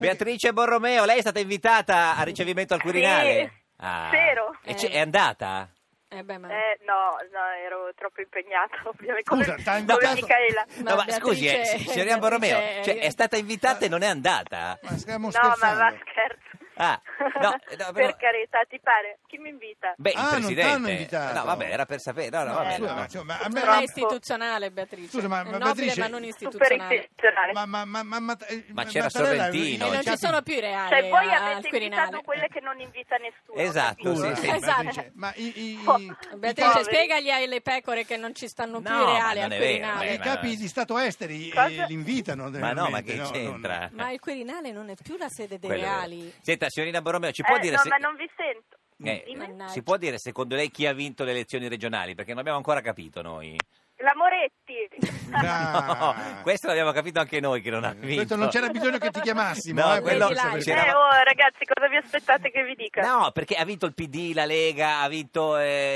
Beatrice Borromeo, lei è stata invitata al ricevimento al Quirinale? Spero. E è andata? No, ero troppo impegnata, ovviamente, Scusa, come t'ha invitato... Michaela. No, ma scusi, signorina Borromeo, cioè, è stata invitata e non è andata? Ma stiamo No, scherzando. ma va, scherzo. No, Per però... carità, ti pare? Chi mi invita? Beh, il non presidente. t'hanno invitato. No, vabbè, era per sapere. No, vabbè, scusa, no. ma, insomma, a me... Non è istituzionale, Beatrice. Scusa, ma è nobile, Beatrice... ma non Super istituzionale. istituzionale. Ma c'era Mattarella, Sorrentino, E non cioè- ci sono più i Cioè, reali voi al avete Quirinale. invitato quelle che non invita nessuno. Esatto, Scusa, sì. Esatto. Beatrice, ma Beatrice, poveri. spiegagli alle pecore che non ci stanno più No, i ma reali non al è vero, Quirinale. beh, i capi di Stato esteri Cosa? li invitano. Ma no, ma che no, c'entra? Ma il Quirinale non è più la sede dei Quello è vero. reali. Senta, signorina Borromeo, ci può dire no, se... ma non vi sento. Dimmi. Mannaggia. Si può dire secondo lei chi ha vinto le elezioni regionali? Perché non abbiamo ancora capito noi. La Moretti. Ah. No, questo l'abbiamo capito anche noi che non ha vinto. Questo non c'era bisogno che ti chiamassimo. No, quello Vedi là, c'era- Ragazzi, cosa vi aspettate che vi dica? No, perché ha vinto il PD, la Lega, ha vinto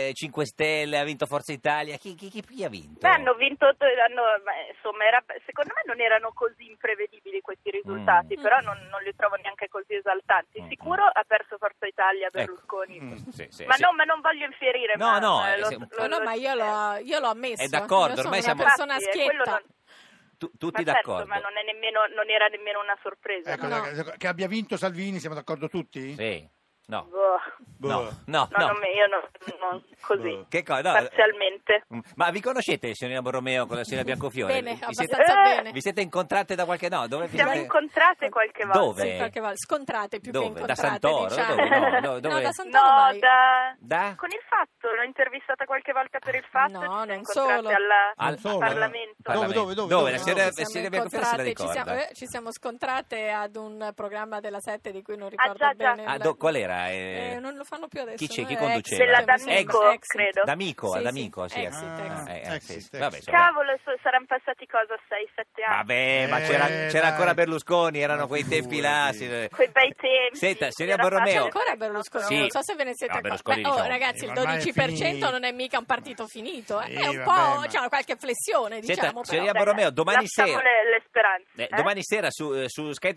5 Stelle, ha vinto Forza Italia. Chi ha vinto? Beh, hanno vinto, insomma, secondo me non erano così imprevedibili questi risultati, però non li trovo neanche così esaltanti. Sicuro ha perso Forza Italia Berlusconi. Sì, Ma sì. no, ma non voglio infierire. No, ma, no, No, ma io l'ho ammesso. È d'accordo, Io sono ormai una siamo- persona Infatti, quello schietta. Tutti ma certo, d'accordo? ma non era nemmeno una sorpresa. Ecco, no? che abbia vinto Salvini, siamo d'accordo tutti? Sì. No. Boh. No. No, io non così. Che cosa? No. Parzialmente. Ma vi conoscete, signorina Borromeo, con la signora Biancofiore? Bene, Vi siete- abbastanza bene. Vi siete incontrate da qualche... No, dove vi Siamo siete- incontrate qualche volta. Dove? Sì, qualche volta. Scontrate più Dove? che incontrate, Da Santoro? diciamo. Dove? No, dove? No, da Santoro No, mai. Da? con il Fatto, l'ho intervistata qualche volta per il Fatto. No, ci siamo non incontrate solo. Al solo, Parlamento. Dove? La Ci signora siamo Biancofiore se la incontrate, ricorda. ci siamo scontrate ad un programma della 7 di cui non ricordo già. bene. Qual era? Non lo fanno più adesso. Chi c'è? no? Chi È conduceva? Della Exit, mi D'Amico, sembra. Exit. credo. D'Amico, Sì, ad amico, sì. Exit, Exit. Sì. Vabbè, insomma. Cavolo, saranno passati cosa? 6-7 anni? Vabbè, ma c'era dai. ancora Berlusconi, erano quei tempi là. Quei bei tempi. Senta, signora Era Borromeo. facile Ancora fare Berlusconi, Sì. non so se ve ne siete No, accorti. Berlusconi, diciamo. Ragazzi, il ma ormai è 12% finito. non è mica un partito finito, è un vabbè, po', ma- c'è qualche flessione, Senta, diciamo. però. signorina Borromeo, domani lasciamo sera... le speranze. Domani sera su Sky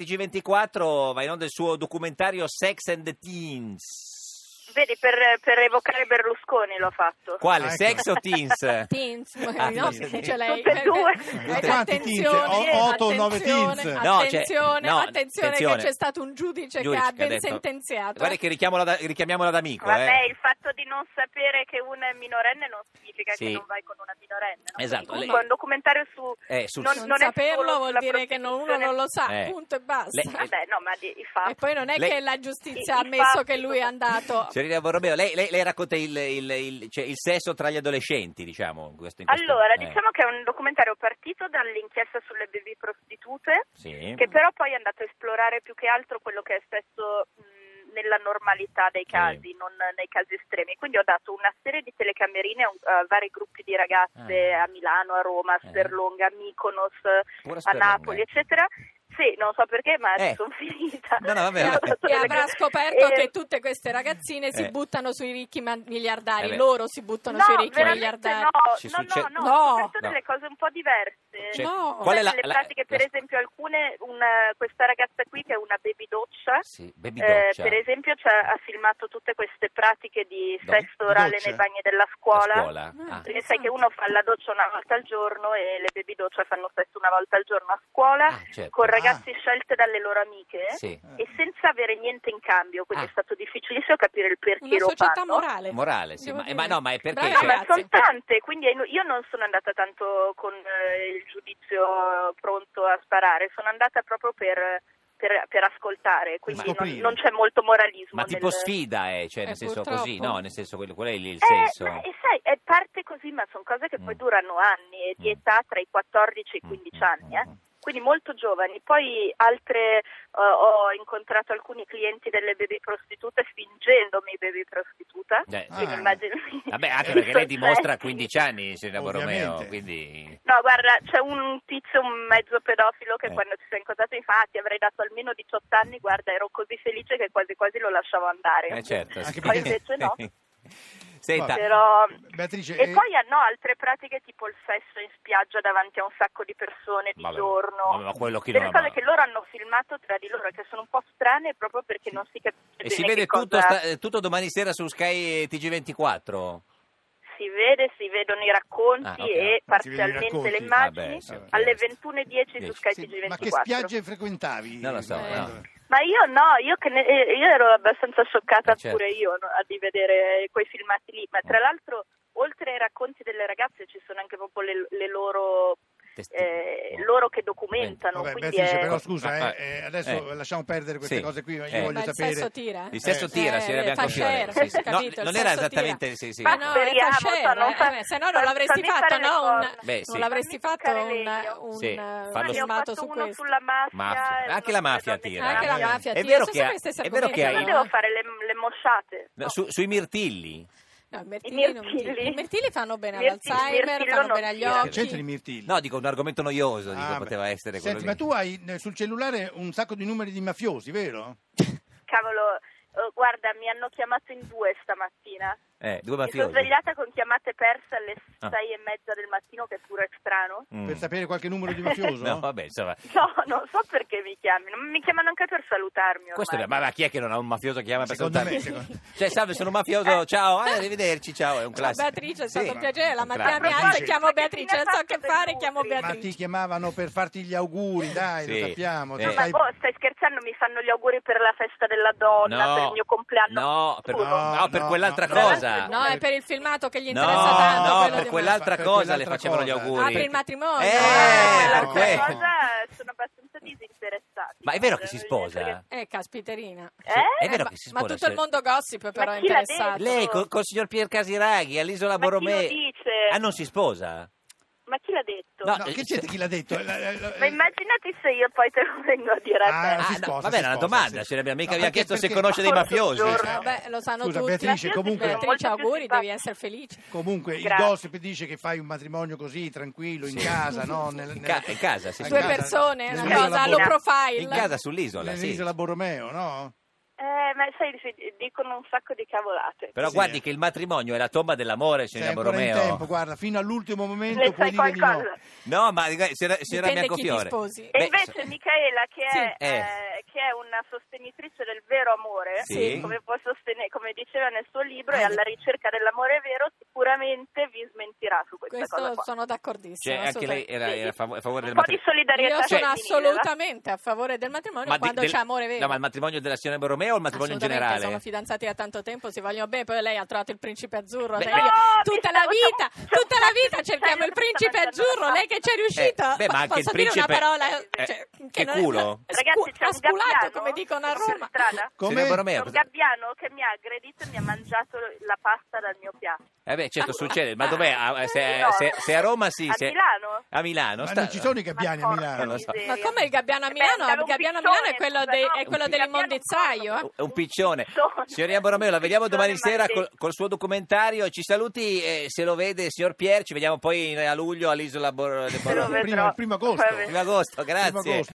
TG24 va in onda il suo documentario Sex and the Teens. Vedi, per evocare Berlusconi l'ho fatto. Quale? ecco. Sex o Teens? Teens, Ah, no, sì. c'è lei. Tutte e due. Quanti teens? Otto o nove teens? No, attenzione che c'è stato un giudice che ha che ben detto, sentenziato. Guarda che richiamiamola da amico. Vabbè, il fatto di non sapere che una è minorenne non significa Sì. che non vai con una minorenne. No? Esatto, Comunque lei- un documentario su... sul- Non è saperlo solo vuol sulla dire che uno non lo sa, punto e basta. Vabbè, no, ma i fatti. E poi non è Lei- che la giustizia I ha ammesso fatti- che lui è andato. Signorina Borromeo, lei racconta cioè, il sesso tra gli adolescenti, diciamo. in questo- Allora, diciamo che è un documentario partito dall'inchiesta sulle baby prostitute, Sì. che però poi è andato a esplorare più che altro quello che è spesso nella normalità dei casi, non nei casi estremi. Quindi ho dato una serie di telecamerine a vari gruppi di ragazze a Milano, a Roma, a Sperlonga, a Mykonos, Pure a Sperlonga, Napoli, eccetera. Sì, non so perché, ma sono finita. No, vabbè, Ho dato E delle- avrà scoperto E- che tutte queste ragazzine si buttano sui ricchi miliardari, beh. loro si buttano No, sui ricchi veramente miliardari. no, Ci no, succede- no, No. ho scoperto No. delle cose un po' diverse. Cioè, No. qual è Delle pratiche, per esempio, alcune, questa ragazza qui che è una baby doccia, Sì, baby doccia. per esempio ha filmato tutte queste pratiche di Dove? sesso orale Doccia? nei bagni della scuola. La scuola? Ah. Perché sai che uno fa la doccia una volta al giorno e le baby doccia fanno sesso una volta al giorno a scuola, Ah, certo. con ragazzi scelte dalle loro amiche Sì. e senza avere niente in cambio, quindi Ah. è stato difficilissimo capire il perché Una lo società fanno. morale. Morale, sì. Devo Ma dire. no, ma è perché? Bravi No, ma ragazzi. sono tante, quindi io non sono andata tanto con il giudizio pronto a sparare, sono andata proprio per ascoltare, quindi Per scoprire. non c'è molto moralismo. Ma tipo sfida cioè nel senso purtroppo. così, no? Nel senso quello è lì il senso. E sai, è parte così, ma sono cose che poi durano anni, di età tra i 14 e i 15 anni, quindi molto giovani. Poi altre, ho incontrato alcuni clienti delle baby prostitute fingendomi baby prostituta, quindi immagino. Vabbè, anche perché lei dimostra a sospetti. 15 anni, signora Borromeo, Ovviamente. quindi... No, guarda, c'è un tizio, un mezzo pedofilo che quando ci siamo incontrati mi fa: ti avrei dato almeno 18 anni, guarda, ero così felice che quasi quasi lo lasciavo andare. Certo, Anche sì. Poi invece no. Senta, Però... Beatrice, E poi hanno altre pratiche tipo il sesso in spiaggia davanti a un sacco di persone di giorno. ma quello chi delle non cose ama. che loro hanno filmato tra di loro che sono un po' strane proprio perché non si capisce E bene si vede che tutto, cosa... tutto domani sera su Sky TG24? Si vedono i racconti ok. e Si vedono i parzialmente racconti. le immagini Vabbè, sì, ok. alle 21:10 su Sky sì, TG24. ma che spiagge frequentavi? Non lo so, no. Ma io no, io ero abbastanza scioccata Certo. pure io di vedere quei filmati lì, ma tra l'altro oltre ai racconti delle ragazze ci sono anche proprio le loro loro che documentano. Vabbè, Quindi Beatrice, è... però scusa, Ma- adesso lasciamo perdere queste Sì. cose qui, io Ma voglio Ma il sapere... sesso tira? Il sesso tira, signora Biancofiore. fa Sì, sì. share, No, capito? non Il era sesso esattamente... Sì, sì. Ma no, speriamo, fa share, se no non l'avresti fammi fatto, fare le no? cose. Beh, Non sì. l'avresti Fammi fatto toccare legno. un Sì, Ma fallo ne ho filmato fatto su uno questo. sulla mafia. e Anche la non mafia so le tira. donne Anche la che mafia È tira, vero sono che ha- questi è vero che Io hai- non devo fare le mosciate. No, sui mirtilli. No, i I mirtilli, mirtilli. I mirtilli fanno bene Mirtilli all'Alzheimer, non fanno bene agli tira. Che c'entri occhi. i mirtilli? No, dico un argomento noioso, dico, Ah, beh. poteva essere quello Senti, lì. ma tu hai sul cellulare un sacco di numeri di mafiosi, vero? Cavolo, guarda, mi hanno chiamato in 2 stamattina. Due Mi sono mafiosi. svegliata con chiamate perse alle Ah. 6:30 del mattino, che pure è strano. Per sapere qualche numero di mafioso? No, vabbè, insomma. No, non so perché mi chiamino, mi chiamano anche per salutarmi ormai. Questo è, ma chi è che non ha un mafioso che chiama per Secondo me, salutare? Cioè, salve, sono un mafioso, ciao, arrivederci, ciao, è un Ciao classico. Beatrice, è Sì. stato un piacere, la Un mattina mi classico. alzo e chiamo Ma che Beatrice, fine non so ha che fatto fare, del chiamo Nutri? Ma Beatrice. ti chiamavano per farti gli auguri, dai, Sì. lo sappiamo. Tu Eh. Ma fai- stai scherzando? Mi fanno gli auguri per la festa della donna, No. per il mio compleanno. No, per, futuro. no, per No, quell'altra no, cosa. No, è per il filmato che gli No, interessa tanto. no, quello per di- quell'altra Per cosa le quell'altra facevano gli cosa. auguri. Ah, per il matrimonio. Per Quella quello. cosa sono abbastanza disinteressati. Ma è vero che si sposa? Caspiterina. È vero ma, che si ma sposa? tutto il mondo gossip però Ma è chi l'ha interessato. detto? Lei col signor Pier Casiraghi all'Isola Ma chi lo Borromeo. dice? Ah, non si sposa? Ma chi l'ha detto? No, No, che c'è chi l'ha detto? Ma immaginati se io poi te lo vengo a dire a Ah, te. si Ah, sposa, no, vabbè, si era una sposa, domanda, sì. ce l'abbiamo mica No, abbiamo perché- chiesto se perché- conosce dei mafiosi. Buongiorno. Vabbè, lo sanno Scusa, tutti. Beatrice, Io comunque- sono Beatrice, molto più auguri, simpatica. devi essere felice. Comunque il Grazie. gossip dice che fai un matrimonio così, tranquillo, in Sì. casa, no? In casa, sì, sì. Due casa, persone, una nell'isola cosa, Borromeo. low profile. In casa sull'isola, sì. Nell'isola Borromeo, no? Ma sai, dicono un sacco di cavolate. Però Sì. guardi che il matrimonio è la tomba dell'amore, Sei signora ancora in Borromeo. tempo, guarda, fino all'ultimo momento Ne puoi sai dire di no. qualcosa? No, ma signora Dipende chi ti Biancofiore. sposi. E invece Micaela, che Sì. è una sostenitrice del vero amore, Sì. come come diceva nel suo libro, è alla ricerca dell'amore vero, sicuramente vi smentirà su questa cosa Questo qua. sono d'accordissimo. Cioè, anche lei assolutamente. era a favore del Un po' di matrimonio. solidarietà Io sono femminile, assolutamente a favore del matrimonio quando c'è amore vero. No, ma il matrimonio della signora Borromeo o il matrimonio in Assolutamente, generale? sono fidanzati da tanto tempo, si vogliono bene, poi lei ha trovato il principe azzurro. Beh, Cioè, beh. io No, tutta mi la stavo- vita, stavo- tutta la vita cerchiamo il principe azzurro, lei che ci è riuscita. beh, ma anche il Posso dire principe- una parola eh, cioè, che non è- culo? Ragazzi, c'è ha un sculato, gabbiano come dicono a per Roma. strada. Come? Signora Borromeo, C'è un gabbiano che mi ha aggredito e mi ha mangiato la pasta dal mio piatto. beh, certo succede, ma dov'è? No. Se a Roma sì. A se- Milano? A Milano? Ma non ci sono i gabbiani a Ma porca Milano. Non lo so. miseria. Ma come il gabbiano a Eh beh, Milano? andava Il un gabbiano a Milano è piccione, quello, scusa, dei- no, è quello un dell'immondizzaio. gabbiano È un piccione. Piccione. Signorina Borromeo, la vediamo domani Piccione sera maledetto. col suo documentario. Ci saluti, se lo vede, signor Pier. Ci vediamo poi a luglio all'Isola Te lo Borromeo. vedrò. Il primo agosto. Va bene. 1 agosto, Primo grazie. agosto.